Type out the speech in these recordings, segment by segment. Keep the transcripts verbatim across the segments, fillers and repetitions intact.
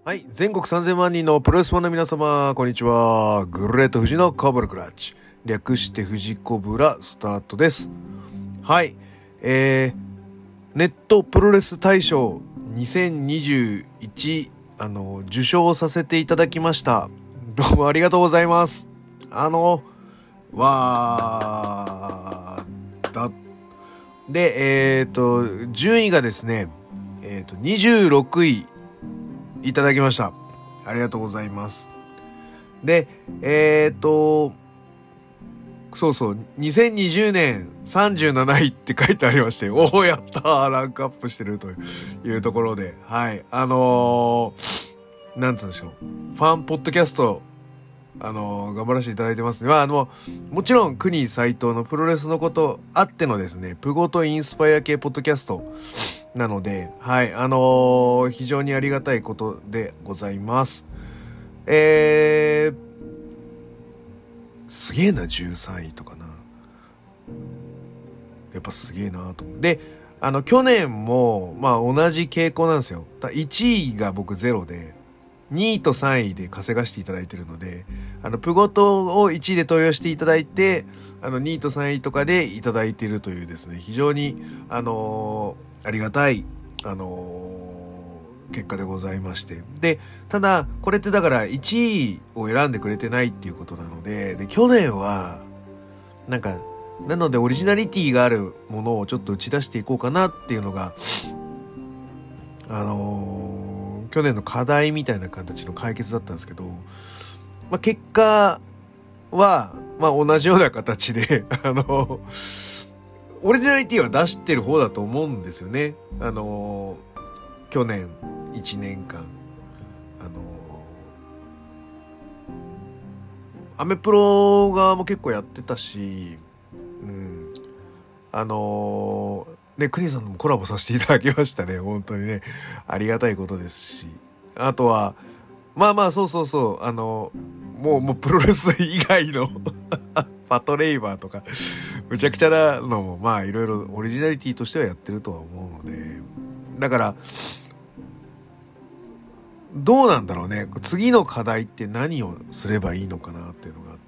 はい。全国さんぜんまん人のプロレスファンの皆様、こんにちは。グレート富士のコブラクラッチ。略して富士コブラスタートです。はい。えー、ネットプロレス大賞にせんにじゅういち、あの、受賞させていただきました。どうもありがとうございます。あの、わー、だ。で、えっと、順位がですね、えっと、にじゅうろくい、いただきました。ありがとうございます。で、えー、っと、そうそう、にせんにじゅうねんさんじゅうなないって書いてありまして、おお、やったー、ランクアップしてるというところで、はい、あのー、なんつうんでしょう、ファンポッドキャスト、あのー、頑張らせていただいてますね。まあ、あの、もちろん、国斉藤のプロレスのことあってのですね、プゴとインスパイア系ポッドキャスト、なので、はい、あのー、非常にありがたいことでございます。えー、すげえな、じゅうさんいとかな。やっぱすげえなと思う。で、あの、去年も、まあ同じ傾向なんですよ。いちいが僕ゼロで、にいとさんいで稼がしていただいてるので、あの、プゴトをいちいで投与していただいて、あの、にいとさんいとかでいただいているというですね、非常に、あのー、ありがたい、あのー、結果でございまして。で、ただ、これってだからいちいを選んでくれてないっていうことなので、で、去年は、なんか、なのでオリジナリティがあるものをちょっと打ち出していこうかなっていうのが、あのー、去年の課題みたいな形の解決だったんですけど、まあ、結果は、まあ、同じような形で、あのー、オリジナリティは出してる方だと思うんですよね。あのー、去年いちねんかん、あのー、アメプロ側も結構やってたし、うん、あのー、ね、クニさんともコラボさせていただきましたね。本当にね、ありがたいことですし。あとは、まあまあ、そうそうそう、あの、もう、もうプロレス以外のパトレイバーとか、むちゃくちゃなのも、まあいろいろオリジナリティとしてはやってるとは思うので、だから、どうなんだろうね。次の課題って何をすればいいのかなっていうのがあって。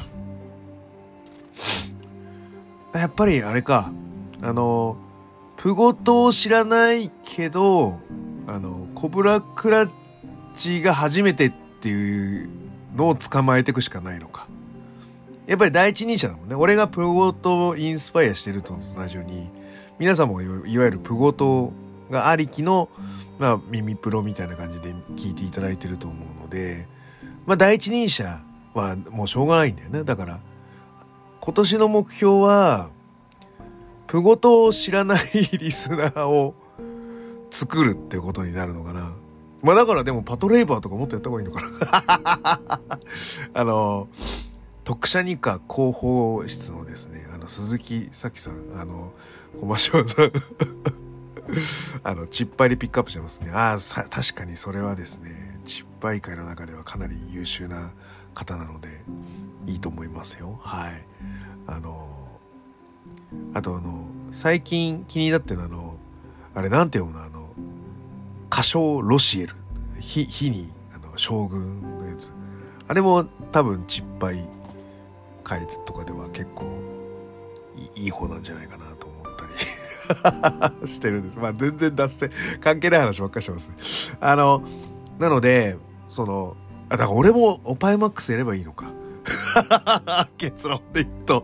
やっぱりあれか、あの、プゴトを知らないけど、あの、コブラクラッチが初めてっていうのを捕まえていくしかないのか。やっぱり第一人者だもんね。俺がプゴトをインスパイアしてると同じように、皆さんもいわゆるプゴトがありきの、まあ、耳プロみたいな感じで聞いていただいてると思うので、まあ、第一人者はもうしょうがないんだよね。だから、今年の目標は、プゴトを知らないリスナーを作るってことになるのかな。まあだからでもパトレイバーとかもっとやった方がいいのかな。あの、特殊二課広報室のですね、あの、鈴木咲さん、あの、駒島さん、あの、チッパイでピックアップしてますね。ああ、確かにそれはですね、チッパイ界の中ではかなり優秀な方なので、いいと思いますよ。はい。あの、あとあの、最近気になってるのあの、あれなんて読むのあの、歌唱ロシエル。火、火に、あの、将軍のやつ。あれも多分、ちっぱい回とかでは結構いい、いい方なんじゃないかなと思ったりしてるんです。まあ全然脱線、関係ない話ばっかりしてますね。あの、なので、その、あ、だから俺もオパイマックスやればいいのか。結論で言うと。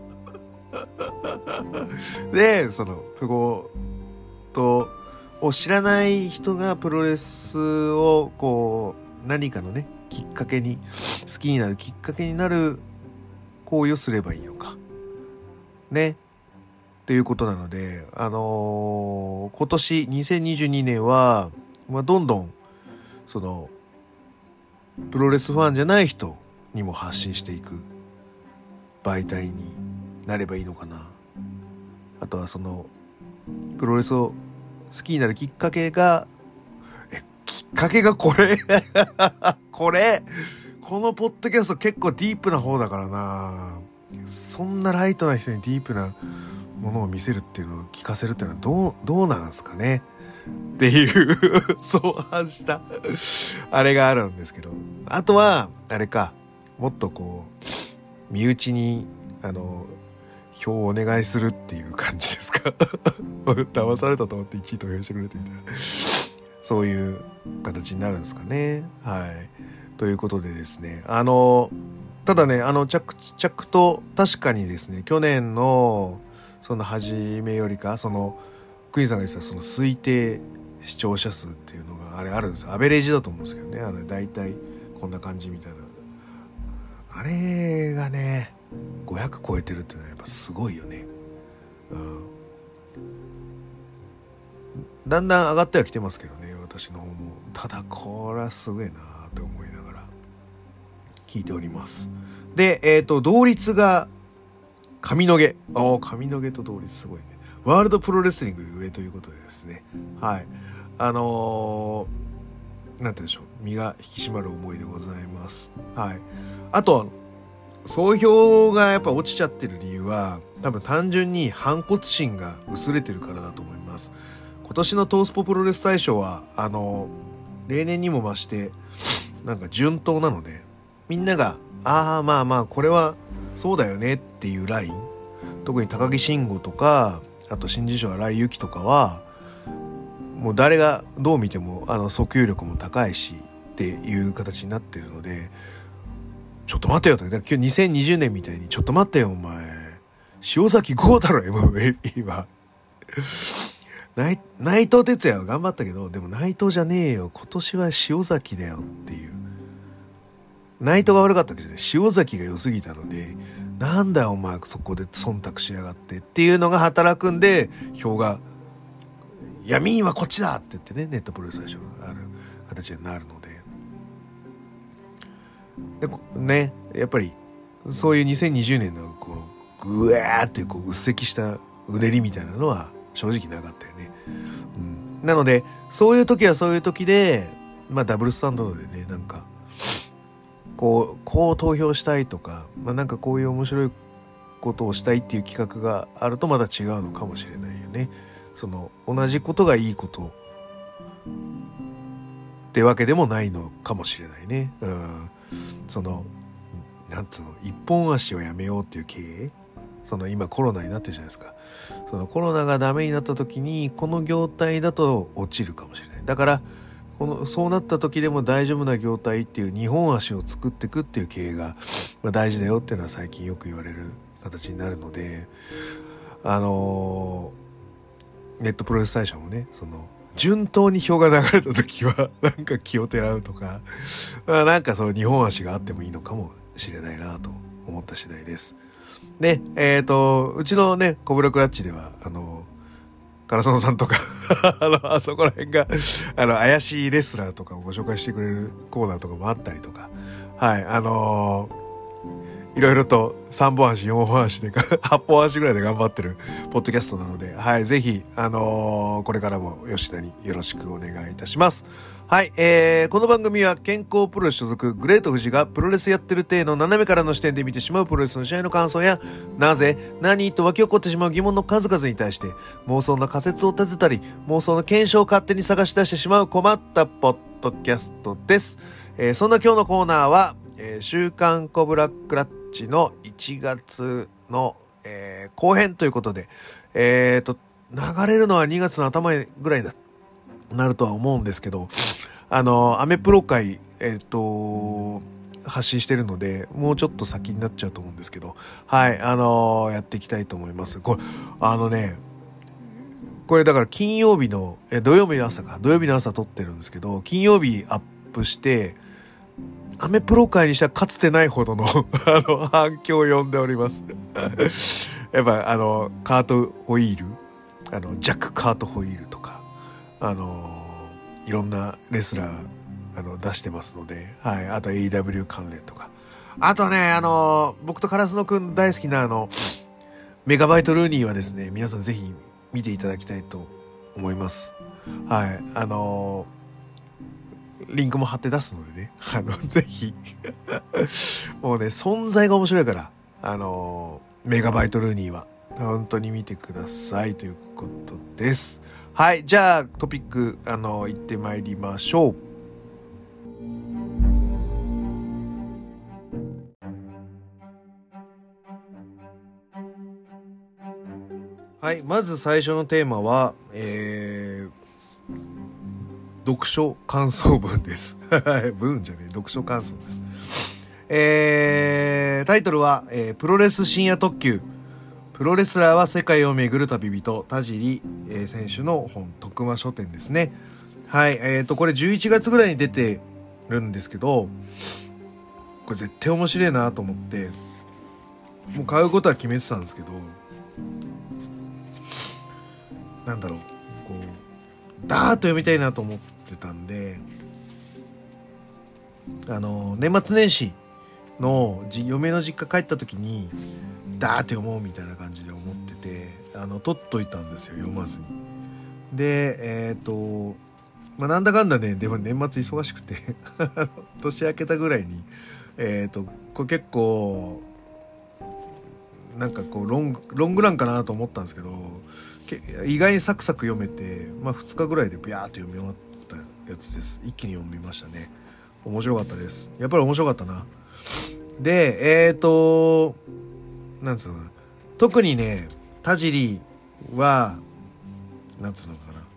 で、その、プゴと、を知らない人がプロレスを、こう、何かのね、きっかけに、好きになるきっかけになる行為をすればいいのか。ね。っていうことなので、あのー、今年にせんにじゅうにねんは、まあ、どんどん、その、プロレスファンじゃない人にも発信していく媒体になればいいのかな。あとはそのプロレスを好きになるきっかけがえきっかけがこれこれこのポッドキャスト結構ディープな方だからな。そんなライトな人にディープなものを見せるっていうのを聞かせるっていうのはどうどうなんですかね。 っていう相反したあれがあるんですけど、あとはあれか、もっとこう身内にあの票をお願いするっていう感じですか騙されたと思っていちい投票してくれてみたいなそういう形になるんですかね。はい。ということでですね、あのただね、あの着々と確かにですね、去年のその初めよりか、そのクイーンさんが言ってたその推定視聴者数っていうのがあれあるんですよ。アベレージだと思うんですけどね、あのだいたいこんな感じみたいな、あれがねごひゃく超えてるっていうのはやっぱすごいよね。うん。だんだん上がってはきてますけどね、私の方も。ただこれはすごいなって思いながら聞いております。で、えっと同率が上野毛。ああ、上野毛と同率すごいね。ワールドプロレスリングより上ということでですね。はい。あのー、なんて言うんでしょう。身が引き締まる思いでございます。はい。あと、総評がやっぱ落ちちゃってる理由は、多分単純に反骨心が薄れてるからだと思います。今年のトースポプロレス大賞は、あのー、例年にも増して、なんか順当なので、みんなが、ああ、まあまあ、これはそうだよねっていうライン、特に高木慎吾とか、あと新人賞荒井由紀とかは、もう誰がどう見てもあの訴求力も高いしっていう形になってるので、ちょっと待てよと。今日にせんにじゅうねんみたいに、ちょっと待ってよお前、塩崎豪太郎 エムブイピー は内, 内藤哲也は頑張ったけど、でも内藤じゃねえよ、今年は塩崎だよっていう。内藤が悪かったわけじゃない、塩崎が良すぎたので、なんだよお前そこで忖度しやがってっていうのが働くんで、票がいや民意はこっちだって言ってね、ネットプロレス最初がある形になるので、でね、やっぱりそういうにせんにじゅうねんのこのぐわーっていうこううっせきしたうねりみたいなのは正直なかったよね。うん、なのでそういう時はそういう時で、まあダブルスタンドでね、なんかこうこう投票したいとか、まあなんかこういう面白いことをしたいっていう企画があるとまた違うのかもしれないよね。その同じことがいいことってわけでもないのかもしれないね。うん、そのなんつうの、一本足をやめようっていう経営、その今コロナになってるじゃないですか。そのコロナがダメになった時にこの業態だと落ちるかもしれない。だからこのそうなった時でも大丈夫な業態っていう二本足を作っていくっていう経営が、まあ、大事だよっていうのは最近よく言われる形になるので、あのー、ネットプロレス大賞もね、その順当に票が流れた時はなんか気をてらうとか、まあ、なんかその二本足があってもいいのかもしれないなと思った次第です。で、えっとうちのねコブラクラッチではあのカラソノさんとかあのあそこら辺があの怪しいレスラーとかをご紹介してくれるコーナーとかもあったりとか、はい、あのー、いろいろとさんぼん足よんほん足ではっぽん足ぐらいで頑張ってるポッドキャストなので、はい、ぜひあのー、これからも吉田によろしくお願いいたします。はい、えー、この番組は健康プロレス所属グレート富士がプロレスやってる体の斜めからの視点で見てしまうプロレスの試合の感想や、なぜ何と湧き起こってしまう疑問の数々に対して妄想の仮説を立てたり、妄想の検証を勝手に探し出してしまう困ったポッドキャストです。えー、そんな今日のコーナーは、えー、週刊コブラクラッチのいちがつの、えー、後編ということで、えーと流れるのはにがつの頭ぐらいだなるとは思うんですけど、あのアメプロ会えっと発信してるので、もうちょっと先になっちゃうと思うんですけど、はいあのやっていきたいと思います。これあのねこれだから金曜日のえ土曜日の朝か土曜日の朝撮ってるんですけど、金曜日アップしてアメプロ界にしてはかつてないほどのあの反響を呼んでおりますやっぱあのカートホイール、あのジャック・カートホイールとか、あのいろんなレスラーあの出してますので、はい、あと エーイーダブリュー 関連とか、あとねあの僕とカラスノくん大好きなあのメガバイトルーニーはですね、皆さんぜひ見ていただきたいと思います。はい、あのリンクも貼って出すのでね、あのぜひもうね存在が面白いから、あのメガバイトルーニーは本当に見てくださいということです。 はい、じゃあトピックあの行ってまいりましょう。はい、まず最初のテーマは、えー、読書感想文です。文じゃねえ、読書感想です。えー、タイトルは、えー、プロレス深夜特急。プロレスラーは世界を巡る旅人、田尻、えー、選手の本、徳間書店ですね。はい、えーと、これじゅういちがつぐらいに出てるんですけど、これ絶対面白いなと思って、もう買うことは決めてたんですけど、なんだろう、こう、ダーッと読みたいなと思ってたんで、あの、年末年始の嫁の実家帰った時に、ダーッと読もうみたいな感じで思ってて、あの、取っといたんですよ、読まずに。で、えっと、まあ、なんだかんだね、でも年末忙しくて、年明けたぐらいに、えっと、これ結構、なんかこう、ロング、ロングランかなと思ったんですけど、意外にサクサク読めて、まあふつかぐらいでビャーって読み終わったやつです。一気に読みましたね。面白かったです。やっぱり面白かったな。で、えーと、なんつうのかな。特にね、田尻は、なんつうのかな。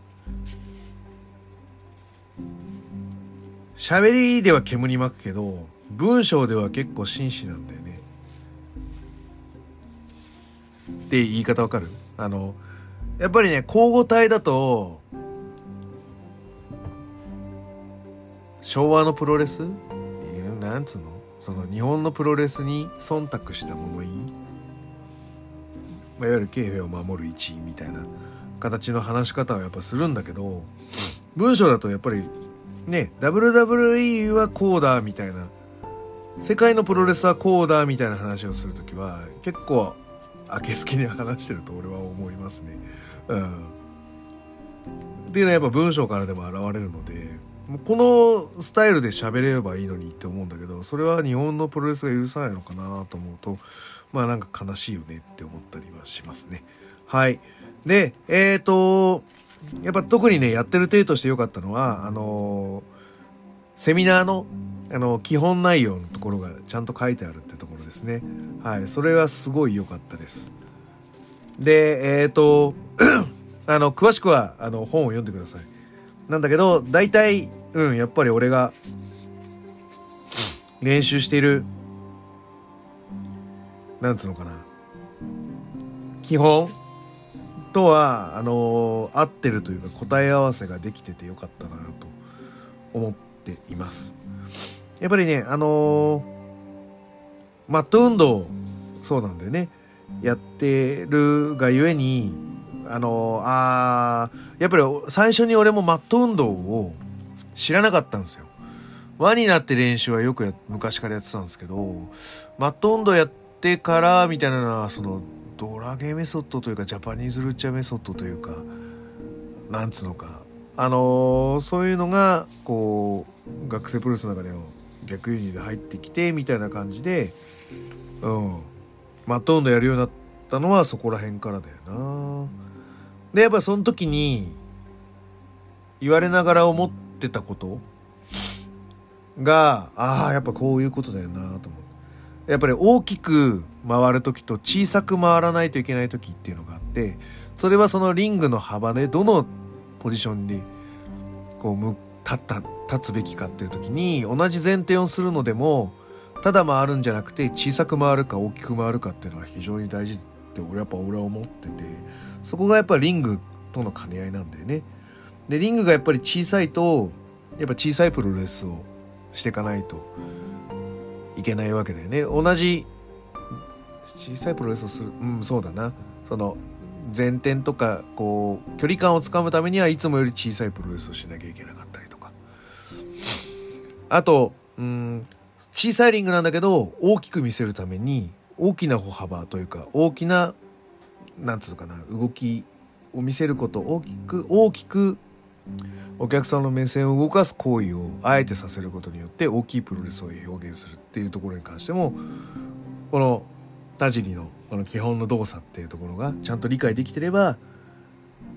喋りでは煙巻くけど、文章では結構紳士なんだよね。って言い方わかる？あの、やっぱりね、交互体だと、昭和のプロレス？なんつうの？その日本のプロレスに忖度した物言い？まあ、いわゆる敬平を守る一位みたいな形の話し方はやっぱするんだけど、文章だとやっぱりね、ダブリューダブリューイー はこうだみたいな、世界のプロレスはこうだみたいな話をするときは結構明けすきに話してると俺は思いますね。うん。っていうのはやっぱ文章からでも現れるので、このスタイルで喋れればいいのにって思うんだけど、それは日本のプロレスが許さないのかなと思うと、まあなんか悲しいよねって思ったりはしますね。はい。で、えーと、やっぱ特にね、やってる体として良かったのは、あのー、セミナーの、あの、基本内容のところがちゃんと書いてあるってところですね。はい。それはすごい良かったです。で、えーと、あの、詳しくは、あの、本を読んでください。なんだけど、大体、うん、やっぱり俺が練習している、なんつうのかな。基本とは、あのー、合ってるというか答え合わせができててよかったなと思っています。やっぱりね、あのー、マット運動、そうなんだよね。やってるがゆえに、あのー、あー、やっぱり最初に俺もマット運動を知らなかったんですよ。輪になって練習はよくや昔からやってたんですけど、マット運動やってからみたいなのはそのドラゲーメソッドというかジャパニーズルッチャメソッドというか、なんつうのか、あのー、そういうのがこう学生プロレスの中での逆輸入で入ってきてみたいな感じで、うん、マット運動やるようになったのはそこら辺からだよな。でやっぱその時に言われながら思ってたことが、ああ、やっぱこういうことだよなと思って。やっぱり大きく回るときと小さく回らないといけないときっていうのがあって、それはそのリングの幅でどのポジションにこう立った、立つべきかっていうときに同じ前提をするのでも、ただ回るんじゃなくて小さく回るか大きく回るかっていうのは非常に大事って俺やっぱ俺は思ってて、そこがやっぱリングとの兼ね合いなんだよね。で、リングがやっぱり小さいと、やっぱ小さいプロレスをしていかないといけないわけだよね。同じ小さいプロレスをする、うん、そうだな。その前転とかこう距離感をつかむためにはいつもより小さいプロレスをしなきゃいけなかったりとか、あと、うん、小さいリングなんだけど大きく見せるために大きな歩幅というか大きななんつうのかな、動きを見せること、大きく大きくお客さんの目線を動かす行為をあえてさせることによって大きいプロレスを表現するっていうところに関しても、この田尻のこの基本の動作っていうところがちゃんと理解できてれば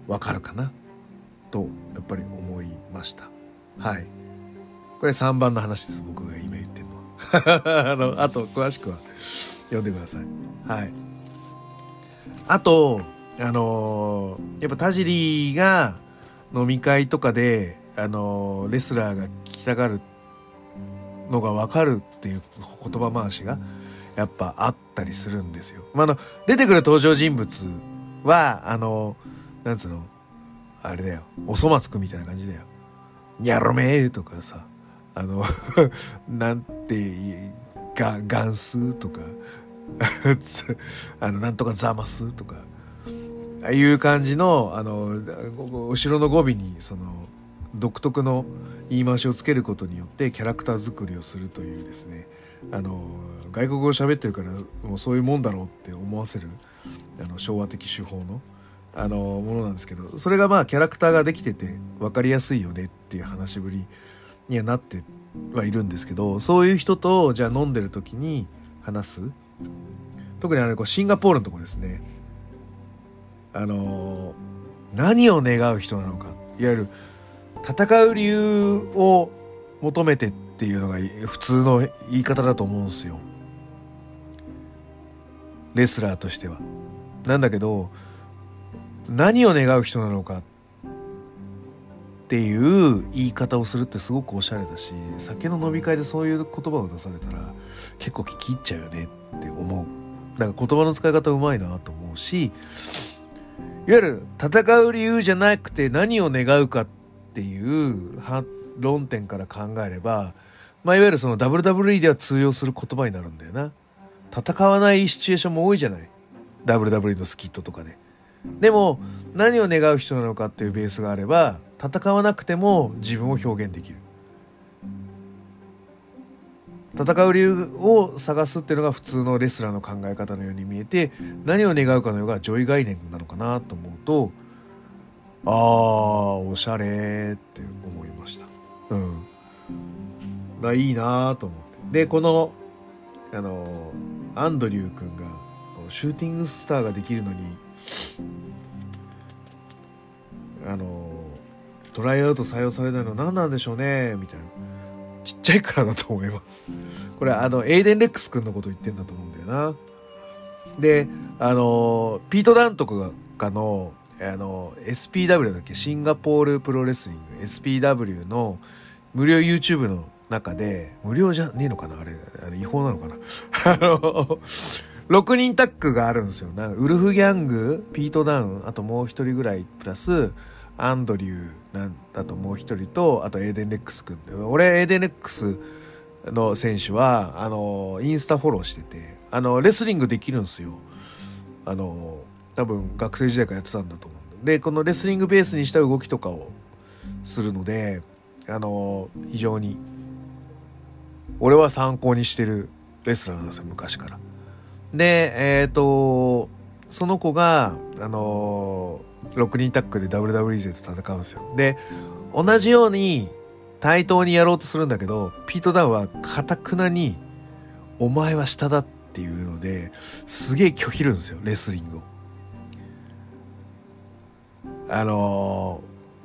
わかるかなとやっぱり思いました。はい。これさんばんの話です。僕が今言ってるのは。あの、あと詳しくは読んでください。はい。あと、あのー、やっぱ田尻が飲み会とかで、あのー、レスラーが聞きたがるのがわかるっていう言葉回しがやっぱあったりするんですよ。まあ、あの、出てくる登場人物は、あのー、なんつうの、あれだよ、おそ松くんみたいな感じだよ。やろめーとかさ、あの、なんて、が、ガンスとか、あの、なんとかザマスとか、ああいう感じの、あの、後ろの語尾に、その、独特の言い回しをつけることによってキャラクター作りをするというですね、あの、外国語を喋ってるからもうそういうもんだろうって思わせる、あの、昭和的手法の、あの、ものなんですけど、それがまあキャラクターができてて分かりやすいよねっていう話ぶりにはなってはいるんですけど、そういう人とじゃあ飲んでる時に話す、特にあれこうシンガポールのところですね、あの何を願う人なのか、いわゆる戦う理由を求めてっていうのが普通の言い方だと思うんですよ、レスラーとしては。なんだけど何を願う人なのかっていう言い方をするってすごくおしゃれだし、酒の飲み会でそういう言葉を出されたら結構聞き入っちゃうよねって思う。だから言葉の使い方うまいなと思うし、いわゆる戦う理由じゃなくて何を願うかっていう論点から考えれば、まあ、いわゆるその ダブリューダブリューイー では通用する言葉になるんだよな。戦わないシチュエーションも多いじゃない、 ダブリューダブリューイー のスキットとかで。でも何を願う人なのかっていうベースがあれば、戦わなくても自分を表現できる。戦う理由を探すっていうのが普通のレスラーの考え方のように見えて、何を願うかのようが上位概念なのかなと思うと、あーおしゃれって思いました。うんだいいなと思って。でこのあのアンドリュー君がシューティングスターができるのに、あのトライアウト採用されないの何なんでしょうねみたいな。ちっちゃいからだと思います。これあのエイデン・レックス君のこと言ってんだと思うんだよな。であのピート・ダントクがのあの エスピーダブリュー だっけ、シンガポールプロレスリング エスピーダブリュー の無料 YouTube の中で、無料じゃねえのかなあれ、あれ違法なのかなあのろくにんタッグがあるんですよ。なんかウルフギャング、ピート・ダウン、あともう一人ぐらいプラスアンドリューなんだともう一人と、あとエイデン・レックス君。俺エイデン・レックスの選手はあのインスタフォローしてて、あのレスリングできるんですよ。あの多分学生時代からやってたんだと思う。でこのレスリングベースにした動きとかをするので、あの非常に俺は参考にしてるレスラーなんですよ、昔から。でえっとその子があのろくにんタッグで ダブリューダブリューイー と戦うんですよ。で同じように対等にやろうとするんだけど、ピート・ダウンは堅くなにお前は下だっていうのですげえ拒否るんですよ、レスリングを。あの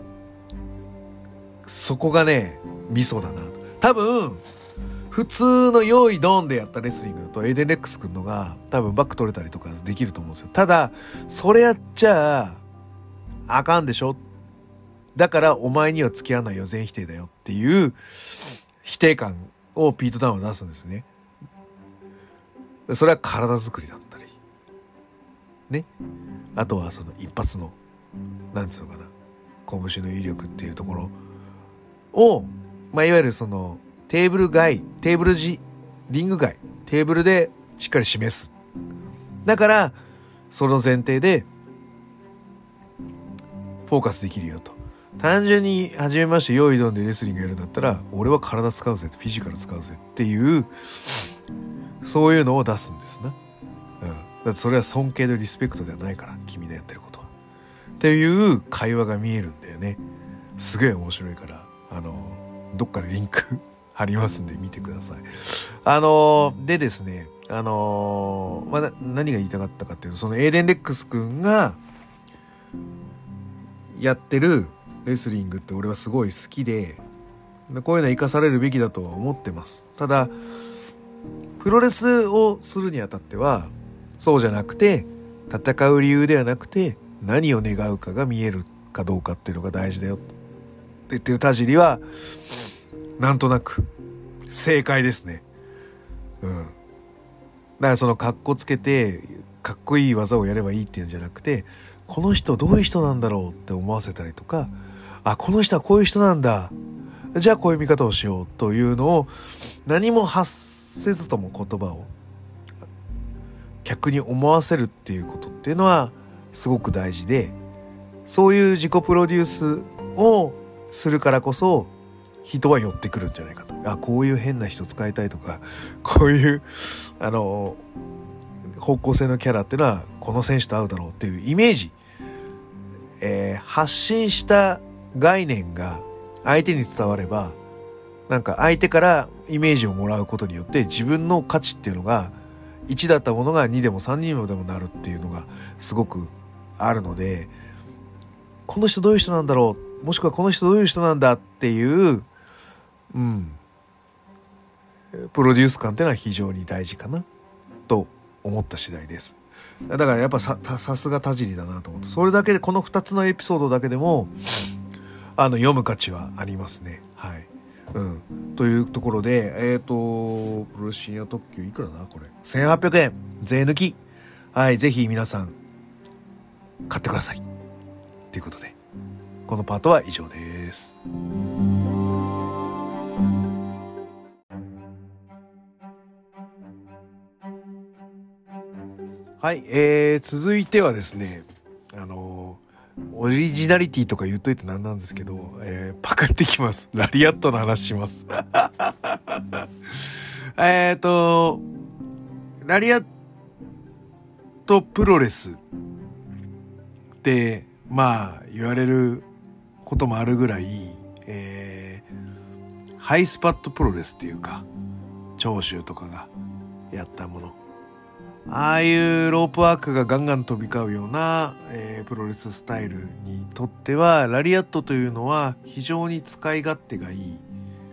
ー、そこがねミソだな。多分普通の用意ドンでやったレスリングだとエイデン・レックス君のが多分バック取れたりとかできると思うんですよ。ただそれやっちゃあかんでしょ、だからお前には付き合わないよ、全否定だよっていう否定感をピート・ダウンは出すんですね。それは体作りだったりね、あとはその一発のなんつうのかな、拳の威力っていうところを、まあいわゆるそのテーブル外、テーブル時、リング外、テーブルでしっかり示す。だからその前提でフォーカスできるよと。単純に初めまして用意ドンでレスリングやるんだったら、俺は体使うぜ、フィジカル使うぜっていうそういうのを出すんですな。うん。だってそれは尊敬とリスペクトではないから、君のやってることは。っていう会話が見えるんだよね。すげえ面白いから、あのどっかでリンク貼りますんで見てください。あのでですね、あのまあ、何が言いたかったかっていうと、そのエイデン・レックス君がやってるレスリングって俺はすごい好きで、こういうのは生かされるべきだとは思ってます。ただプロレスをするにあたってはそうじゃなくて、戦う理由ではなくて何を願うかが見えるかどうかっていうのが大事だよって言ってる田尻はなんとなく正解ですね。うん。だからそのカッコつけてかっこいい技をやればいいっていうんじゃなくて、この人どういう人なんだろうって思わせたりとか、あ、この人はこういう人なんだ、じゃあこういう見方をしようというのを何も発せずとも言葉を客に思わせるっていうことっていうのはすごく大事で、そういう自己プロデュースをするからこそ人は寄ってくるんじゃないかと。あ、こういう変な人使いたいとか、こういうあの方向性のキャラっていうのはこの選手と合うだろうっていうイメージ、えー、発信した概念が相手に伝われば、なんか相手からイメージをもらうことによって自分の価値っていうのがいちだったものがにでもさんにでもなるっていうのがすごくあるので、この人どういう人なんだろう、もしくはこの人どういう人なんだっていううんプロデュース感っていうのは非常に大事かなと思った次第です。だからやっぱさ、さすが田尻だなと思って、それだけでこのふたつのエピソードだけでもあの読む価値はありますね。はい。うん。というところで、えっと、プロ深夜特急いくらだこれ。せんはっぴゃくえん。税抜き。はい。ぜひ皆さん、買ってください。ということで、このパートは以上です。はい。えー、続いてはですね、あのー、オリジナリティとか言っといてなんなんですけど、えー、パクってきます。ラリアットの話します。えっと、ラリアットプロレスって、まあ、言われることもあるぐらい、えー、ハイスパットプロレスっていうか、長州とかがやったもの。ああいうロープワークがガンガン飛び交うような、えー、プロレススタイルにとってはラリアットというのは非常に使い勝手がいい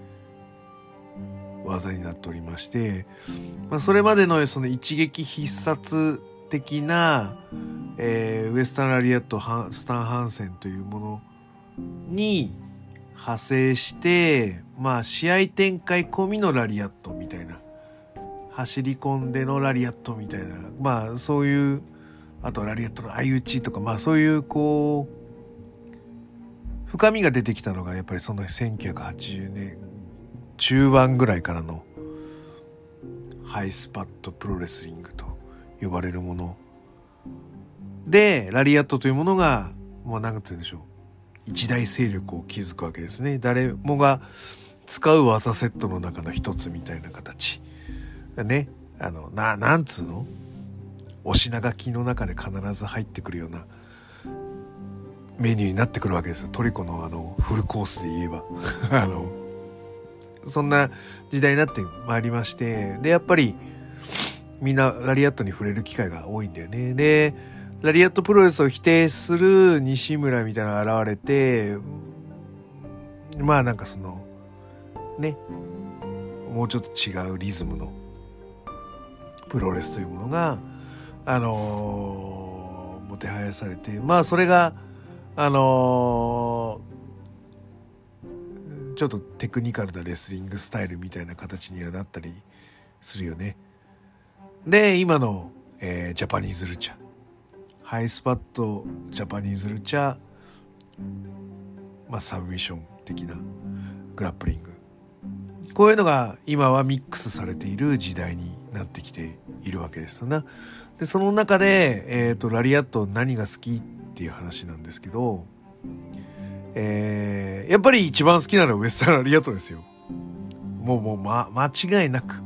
技になっておりまして、まあ、それまでのその一撃必殺的な、えー、ウエスタンラリアットスタンハンセンというものに派生して、まあ試合展開込みのラリアットみたいな、走り込んでのラリアットみたいな、まあそういう、あとラリアットの相打ちとか、まあそういうこう深みが出てきたのがやっぱりそのせんきゅうひゃくはちじゅうねん中盤ぐらいからのハイスパットプロレスリングと呼ばれるもので、ラリアットというものがもう何て言うんでしょう、一大勢力を築くわけですね。誰もが使う技セットの中の一つみたいな形ね、あのななんつうの、お品書きの中で必ず入ってくるようなメニューになってくるわけですよ。トリコのあのフルコースで言えばあのそんな時代になってまいりまして、でやっぱりみんなラリアットに触れる機会が多いんだよね。でラリアットプロレスを否定する西村みたいなのが現れて、まあなんかそのね、もうちょっと違うリズムのプロレスというものがあのー、もてはやされて、まあそれがあのー、ちょっとテクニカルなレスリングスタイルみたいな形にはなったりするよね。で今の、えー、ジャパニーズルチャ、ハイスパットジャパニーズルチャ、まあサブミッション的なグラップリング、こういうのが今はミックスされている時代になってきているわけですよね。でその中で、えーと、ラリアット何が好きっていう話なんですけど、えー、やっぱり一番好きなのはウエスタンラリアットですよ。もうもう、ま、間違いなく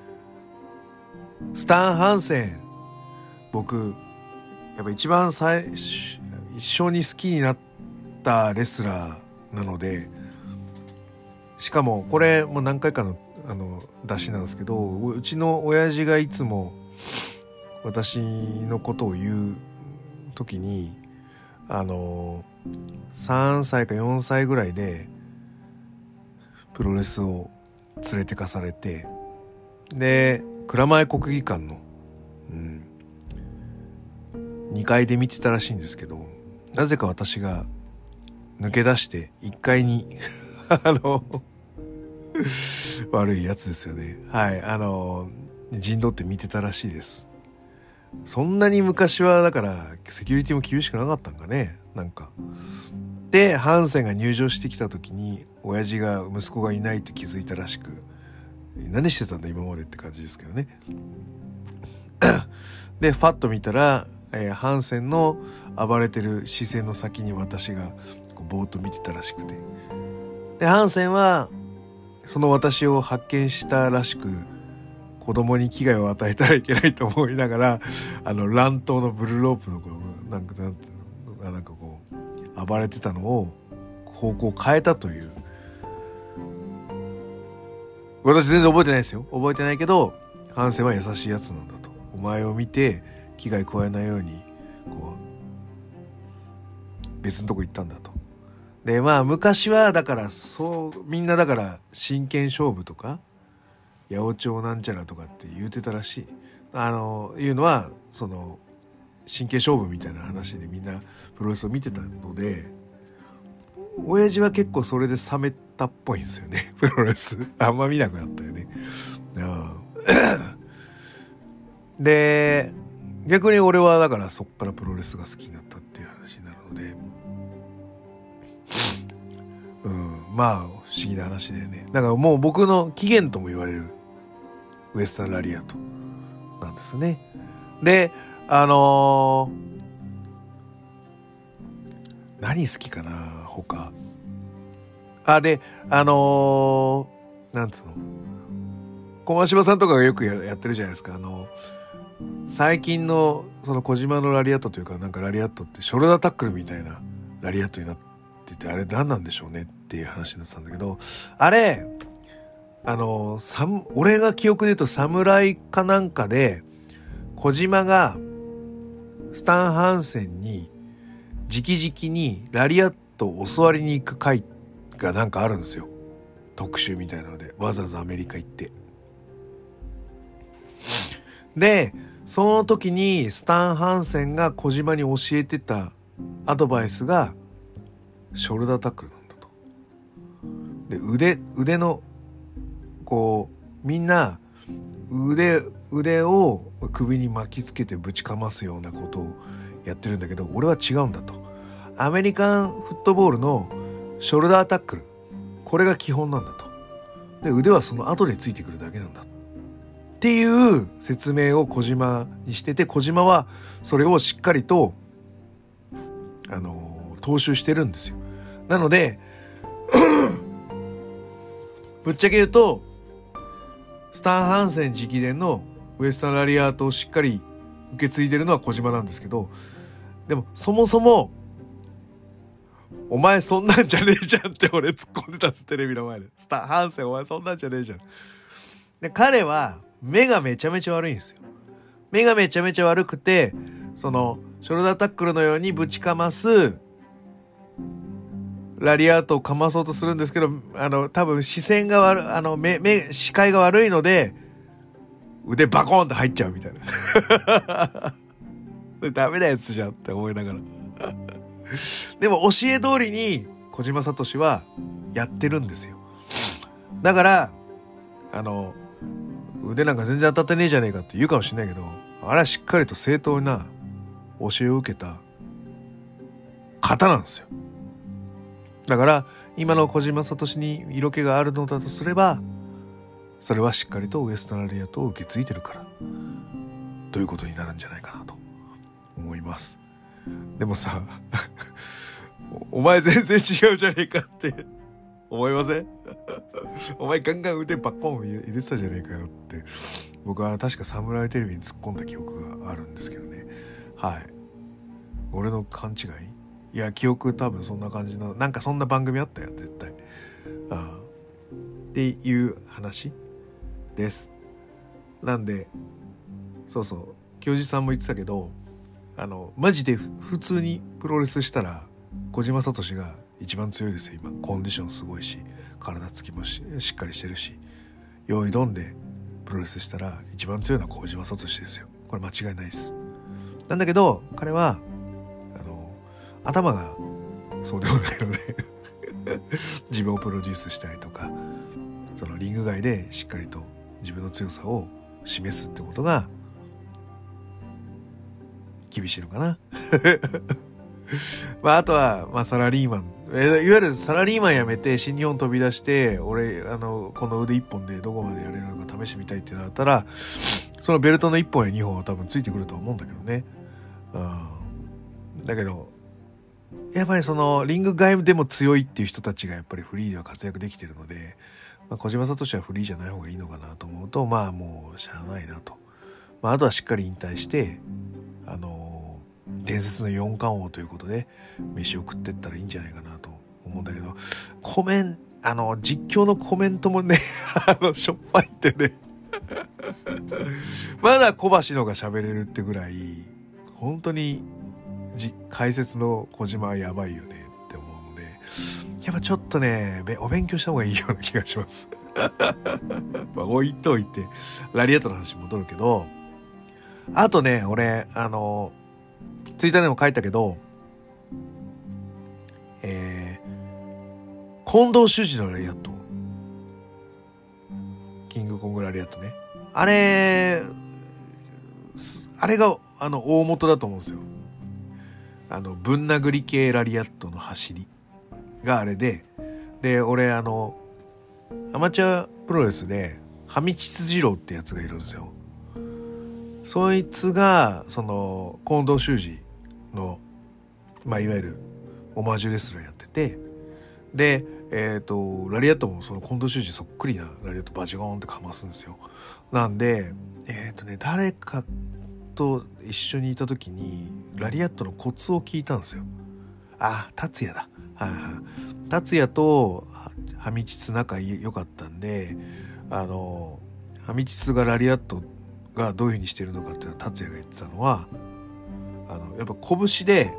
スタン・ハンセン、僕やっぱ一番最一生に好きになったレスラーなので、しかもこれもう何回かのあの出しなんですけど、うちの親父がいつも私のことを言う時に、あのさんさいかよんさいぐらいでプロレスを連れてかされて、で蔵前国技館の、うん、にかいで見てたらしいんですけど、なぜか私が抜け出していっかいにあの悪いやつですよね。はい、あの陣取って見てたらしいです。そんなに昔はだからセキュリティも厳しくなかったんかね、なんか。でハンセンが入場してきた時に親父が息子がいないって気づいたらしく、何してたんだ今までって感じですけどね。でファッと見たら、えー、ハンセンの暴れてる視線の先に私がこうぼーっと見てたらしくて、でハンセンはその私を発見したらしく、子供に危害を与えたらいけないと思いながら、あの乱闘のブルーロープのこのなんかなんかなんかこう暴れてたのを方向を変えたという。私全然覚えてないですよ。覚えてないけど、ハンセンは優しいやつなんだと。お前を見て危害加えないようにこう別のとこ行ったんだと。でまあ昔はだからそうみんなだから真剣勝負とか八百長なんちゃらとかって言うてたらしい。あのいうのはその真剣勝負みたいな話でみんなプロレスを見てたので、親父は結構それで冷めたっぽいんですよね。プロレスあんま見なくなったよね。で逆に俺はだからそっからプロレスが好きになったっていう話になるので、うん、まあ不思議な話だよね。だからもう僕の起源とも言われるウエスタンラリアットなんですね。であのー、何好きかな他。あであのー、なんつうの駒島さんとかがよく や, やってるじゃないですか。あの最近のその小島のラリアットというか、なんかラリアットってショルダータックルみたいなラリアットになってて、あれ何なんでしょうねっていう話になってたんだけど、あれあのサム俺が記憶で言うと侍かなんかで小島がスタン・ハンセンに直々にラリアットを教わりに行く回がなんかあるんですよ。特集みたいなのでわざわざアメリカ行って、でその時にスタン・ハンセンが小島に教えてたアドバイスがショルダータックルなんだと。で腕腕のこうみんな腕腕を首に巻きつけてぶちかますようなことをやってるんだけど、俺は違うんだと。アメリカンフットボールのショルダータックル、これが基本なんだと。で腕はその後についてくるだけなんだっていう説明を小島にしてて、小島はそれをしっかりとあの踏襲してるんですよ。なのでぶっちゃけ言うとスタン・ハンセン直伝のウエスタンラリアートをしっかり受け継いでるのは小島なんですけど、でもそもそもお前そんなんじゃねえじゃんって俺突っ込んでたんです、テレビの前で。スタン・ハンセンお前そんなんじゃねえじゃん。で彼は目がめちゃめちゃ悪いんですよ。目がめちゃめちゃ悪くて、そのショルダータックルのようにぶちかますラリアートをかまそうとするんですけど、あの多分視線が悪い、あの目目視界が悪いので腕バコーンって入っちゃうみたいなそれダメなやつじゃんって思いながらでも教え通りに小島聡はやってるんですよ。だからあの腕なんか全然当たってねえじゃねえかって言うかもしれないけど、あれはしっかりと正当な教えを受けた方なんですよ。だから今の小島聡に色気があるのだとすれば、それはしっかりとウエスタンラリアットを受け継いでるからということになるんじゃないかなと思います。でもさお前全然違うじゃねえかって思いませんお前ガンガン腕バッコン入れてたじゃねえかよって僕は確かサムライテレビに突っ込んだ記憶があるんですけどね。はい、俺の勘違い、いや記憶多分そんな感じのなんかそんな番組あったよ絶対。ああっていう話です。なんでそうそう教授さんも言ってたけど、あのマジで普通にプロレスしたら小島聡が一番強いですよ今。コンディションすごいし、体つきも し, しっかりしてるし、用意どんでプロレスしたら一番強いのは小島聡ですよ。これ間違いないです。なんだけど彼はあの頭がそうでもないので自分をプロデュースしたりとか、そのリング外でしっかりと自分の強さを示すってことが厳しいのかなまああとは、まあ、サラリーマン、えいわゆるサラリーマン辞めて新日本飛び出して、俺あのこの腕一本でどこまでやれるのか試してみたいってなったら、そのベルトのいっぽんやにほんは多分ついてくると思うんだけどね。うん、だけどやっぱりそのリング外でも強いっていう人たちがやっぱりフリーでは活躍できてるので、まあ、小島聡はフリーじゃない方がいいのかなと思うと、まあもうしゃあないなと。まあ、あとはしっかり引退してあのー、伝説の四冠王ということで飯を食ってったらいいんじゃないかなと思うんだけど、コメンあの実況のコメントもねあのしょっぱいってねまだ小橋のが喋れるってぐらい本当にじ解説の小島はやばいよねって思うので、やっぱちょっとねお勉強した方がいいような気がしますまあ置いといてラリアットの話戻るけど、あとね俺あのツイッターでも書いたけど、えー、近藤修二のラリアット、キングコングラリアットね、あれあれがあの大元だと思うんですよ。あのぶん殴り系ラリアットの走りがあれで、で俺あのアマチュアプロレスで上地次郎ってやつがいるんですよ。そいつがその近藤修二のまあいわゆるオマージュレスラーやってて、でえっ、ー、とラリアットもその近藤修二そっくりなラリアットバチゴーンってかますんですよ。なんでえっ、ー、とね誰かと一緒にいた時にラリアットのコツを聞いたんですよ。あ、達也だ。はいはい。達也と上地津仲良かったんで、あの上地津がラリアットがどういう風にしてるのかっていうのは達也が言ってたのは、あのやっぱ拳で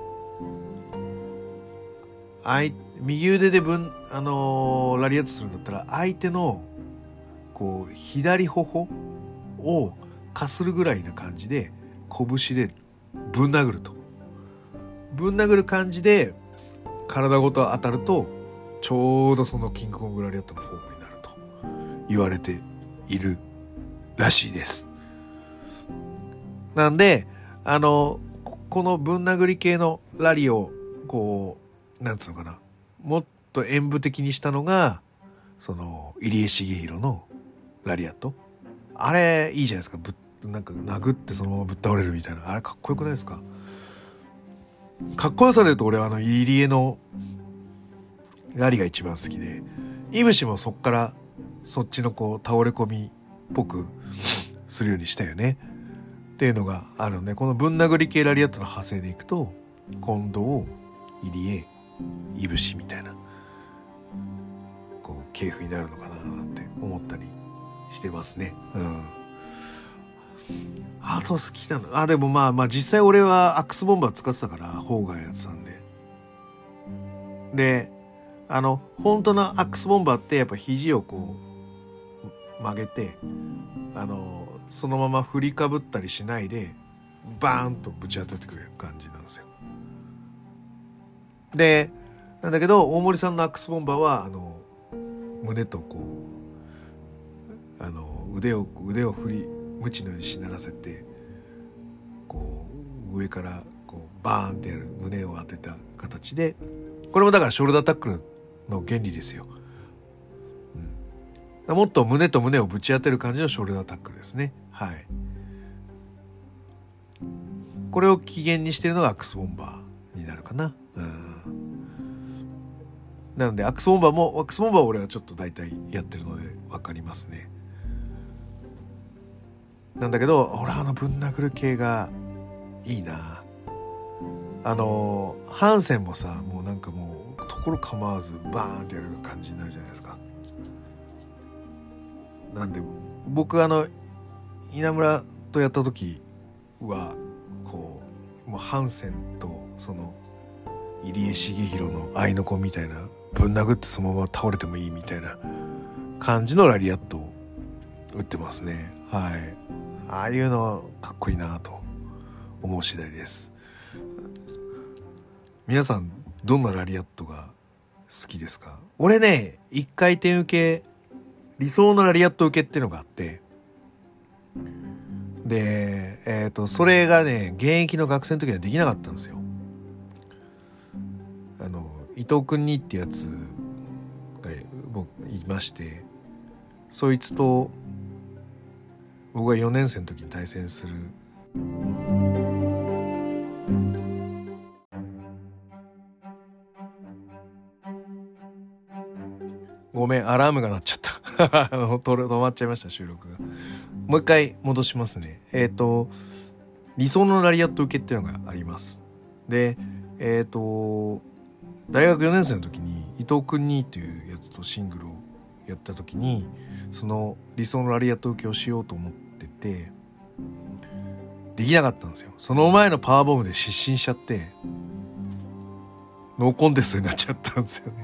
相右腕で分あのー、ラリアットするんだったら相手のこう左頬をかするぐらいな感じで拳でぶん殴ると、ぶん殴る感じで体ごと当たるとちょうどそのキングコングラリアットのフォームになると言われているらしいです。なんであのこのぶん殴り系のラリをこうなんつうのかな、もっと演舞的にしたのがその入江茂弘のラリアット、あれいいじゃないですか。ぶなんか殴ってそのままぶっ倒れるみたいな、あれかっこよくないですか。かっこよさで言うと俺はあの入江のラリが一番好きで、イブシもそっからそっちのこう倒れ込みっぽくするようにしたよねっていうのがあるので、このぶん殴り系ラリアットの派生でいくと近藤、入江、イブシみたいなこう系譜になるのかななんて思ったりしてますね。うん。あと好きなの、あでもまあまあ実際俺はアックスボンバー使ってたから法外やつなんで、であの本当のアックスボンバーってやっぱ肘をこう曲げてあのそのまま振りかぶったりしないでバーンとぶち当ててくれる感じなんですよ。でなんだけど大森さんのアックスボンバーはあの胸とこうあの腕を腕を振りムチのようにしならせてこう上からこうバーンってやる、胸を当てた形で、これもだからショルダータックルの原理ですよ。うん、もっと胸と胸をぶち当てる感じのショルダータックルですね。はい。これを起源にしているのがアックスボンバーになるかな。うん。なのでアックスボンバーもアックスボンバーは俺はちょっと大体やってるので分かりますね。なんだけど俺あのぶん殴る系がいいな。あのハンセンもさ、もうなんかもうところ構わずバーンってやる感じになるじゃないですか。なんで僕あの稲村とやった時はこうもうハンセンとその入江茂弘の愛の子みたいな、ぶん殴ってそのまま倒れてもいいみたいな感じのラリアットを打ってますね。はい。ああいうのかっこいいなと思う次第です。皆さんどんなラリアットが好きですか？俺ね、一回転受け、理想のラリアット受けっていうのがあって、で、えっと、それがね、現役の学生の時はできなかったんですよ。あの、伊藤くんにってやつが僕いまして、そいつと僕がよねん生の時に対戦する。ごめん、アラームが鳴っちゃった。止まっちゃいました、収録が。もう一回戻しますね。えっと、理想のラリアット受けっていうのがあります。で、えっと、大学よねん生の時に伊藤くんにっていうやつとシングルをやった時に、その理想のラリアット受けをしようと思ってて、できなかったんですよ。その前のパワーボムで失神しちゃって、ノーコンテストになっちゃったんですよね。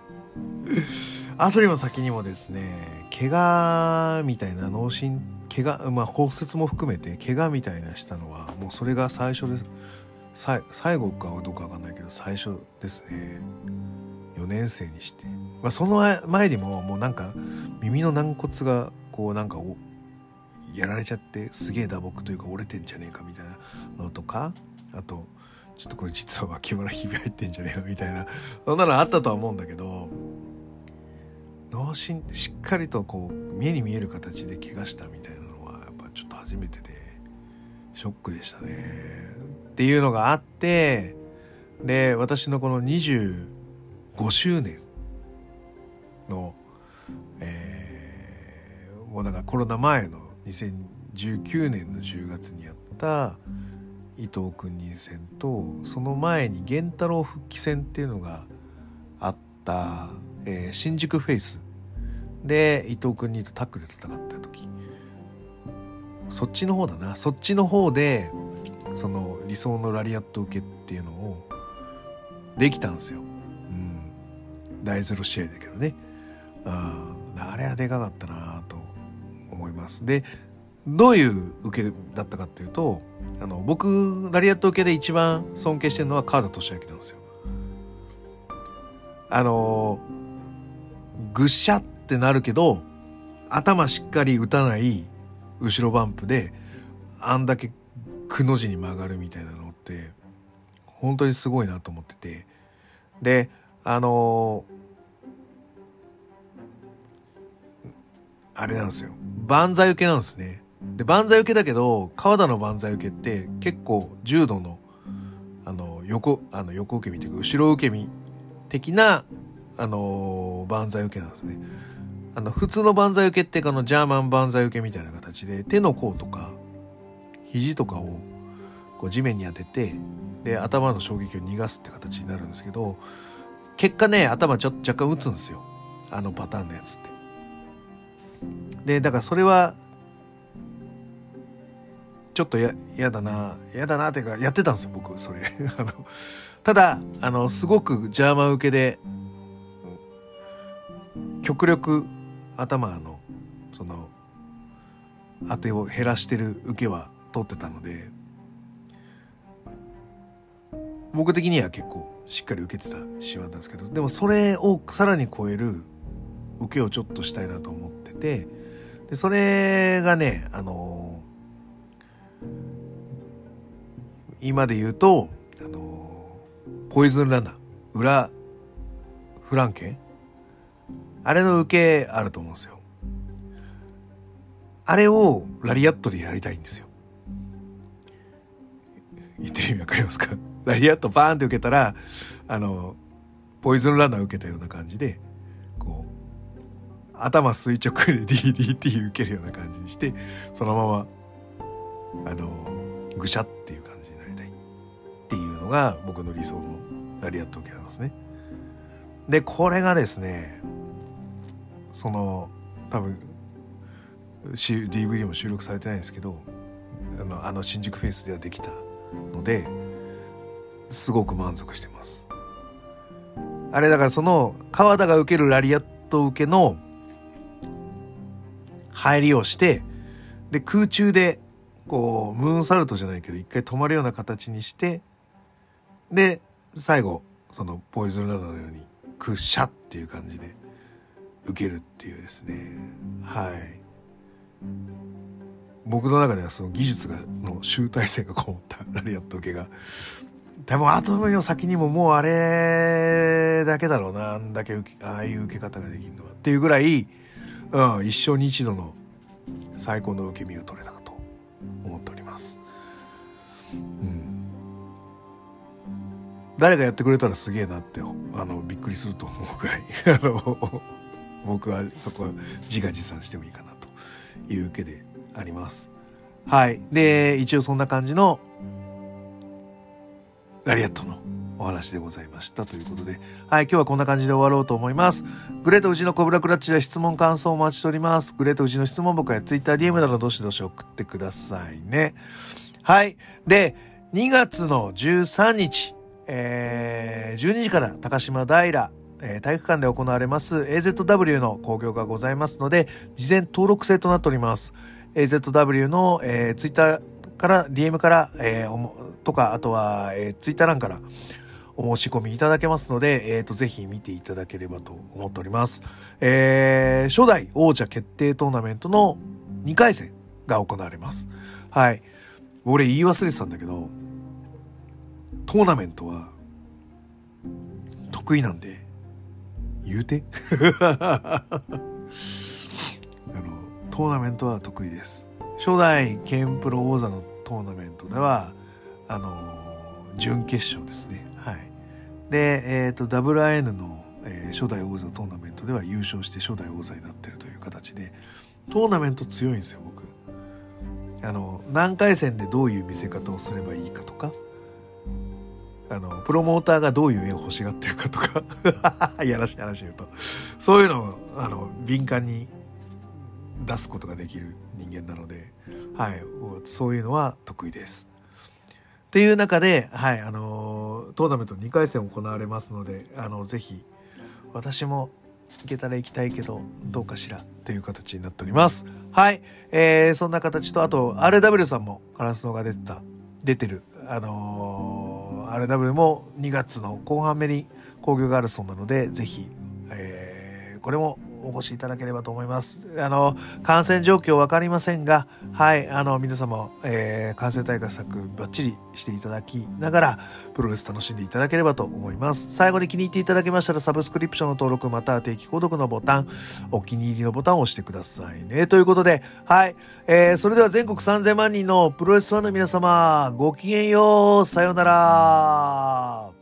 後にも先にもですね、怪我みたいな脳震、怪我、まあ骨折も含めて怪我みたいなしたのは、もうそれが最初です。さ最後かどうかわかんないけど、最初ですね。よねん生にして。まあその前にも、もうなんか耳の軟骨がこうなんかおやられちゃって、すげえ打撲というか折れてんじゃねえかみたいなのとか、あと、ちょっとこれ実は脇腹ひび入ってんじゃねえかみたいな、そんなのあったとは思うんだけど、脳震しっかりとこう目に見える形で怪我したみたいなのはやっぱちょっと初めてでショックでしたねっていうのがあって、で私のこのにじゅうごしゅうねんの、えー、もうだからコロナ前のにせんじゅうきゅうねんのじゅうがつにやった伊藤君に戦と、その前に源太郎復帰戦っていうのがあった、えー、新宿フェイスで伊藤君にとタッグで戦った時、そっちの方だなそっちの方でその理想のラリアット受けっていうのをできたんですよ。うん、大ゼロ試合だけどね。ああれはでかかったなと思います。でどういう受けだったかっていうと、あの僕ラリアット受けで一番尊敬してるのは川田俊明なんですよ。あのぐっしゃってなるけど頭しっかり打たない後ろバンプであんだけくの字に曲がるみたいなのって本当にすごいなと思ってて、であのあれなんですよ、万歳受けなんですね。で万歳受けだけど川田の万歳受けって結構重度のあの横あの横受け身というか後ろ受け身的なあの万歳受けなんですね。あの普通の万歳受けってあのジャーマン万歳受けみたいな形で手の甲とか肘とかをこう地面に当てて、で頭の衝撃を逃がすって形になるんですけど、結果ね頭ちょっと若干打つんですよ、あのパターンのやつって。でだからそれはちょっとややだなやだなっていうかやってたんですよ僕それあのただあのすごくジャーマン受けで極力頭のその当てを減らしてる受けは取ってたので、僕的には結構しっかり受けてたシーンだったんですけど、でもそれをさらに超える受けをちょっとしたいなと思ってて、でそれがねあのー、今で言うとあのー、ポイズンランナー裏フランケンあれの受けあると思うんですよ。あれをラリアットでやりたいんですよ。言ってる意味わかりますか？ラリアットバーンって受けたらあのポイズンランナー受けたような感じでこう頭垂直で ディーディーティー 受けるような感じにして、そのままあのぐしゃっていう感じになりたいっていうのが僕の理想のラリアット受けなんですね。でこれがですねその多分 ディーブイディー も収録されてないんですけど、あの、あの新宿フェイスではできたのですごく満足してます。 あれだからその川田が受けるラリアット受けの入りをして、で空中でこうムーンサルトじゃないけど一回止まるような形にして、で最後そのポイズンラダーのようにクッシャっていう感じで受けるっていうですね。はい。僕の中ではその技術がの集大成がこもったラリアット受けが、多分後の先にももうあれだけだろうな、あんだけ受け、ああいう受け方ができるのはっていうぐらい、うん、一生に一度の最高の受け身が取れたかと思っております。うん。誰がやってくれたらすげえなってあのびっくりすると思うぐらいあの僕はそこは自画自賛してもいいかなという受けであります。はい。で、一応そんな感じのラリアットのお話でございましたということで、はい、今日はこんな感じで終わろうと思います。グレートうちのコブラクラッチで質問感想をお待ちしております。グレートうちの質問僕や Twitter、ディーエム などどしどし送ってくださいね。はい。で、にがつのじゅうさんにち、えー、じゅうにじから高島平、えー、体育館で行われます エーゼットダブリュー の興行がございますので、事前登録制となっております。エーゼットダブリュー の、えー、Twitter から ディーエム から、えー、おもとか、あとは、えー、Twitter 欄からお申し込みいただけますので、えっと、ぜひ見ていただければと思っております。えー、初代王者決定トーナメントのにかい戦が行われます。はい。俺言い忘れてたんだけど、トーナメントは得意なんで、言うてあの、トーナメントは得意です。初代ケンプロ王座のトーナメントでは、あのー、準決勝ですね。はい。で、えっと、ダブルアイエヌ の、えー、初代王座トーナメントでは優勝して初代王座になってるという形で、トーナメント強いんですよ、僕。あの、何回戦でどういう見せ方をすればいいかとか、あの、プロモーターがどういう絵を欲しがってるかとか、やらしい話言うと、そういうのを、あの、敏感に出すことができる人間なので、はい、そういうのは得意です。っていう中で、はい、あのー、トーナメントにかい戦行われますので、あの、ぜひ、私も行けたら行きたいけど、どうかしらという形になっております。はい、えー、そんな形と、あと、アールダブリュー さんも、カラスノが出てた、出てる、あのー、アールダブリュー もにがつの後半目に興行があるそうなので、ぜひ、えー、これもお越しいただければと思います。あの、感染状況わかりませんが、はい、あの、皆様、えー、感染対策バッチリしていただきながら、プロレス楽しんでいただければと思います。最後に気に入っていただけましたら、サブスクリプションの登録、または定期購読のボタン、お気に入りのボタンを押してくださいね。ということで、はい、えー、それでは全国さんぜんまんにんのプロレスファンの皆様、ごきげんよう、さようなら。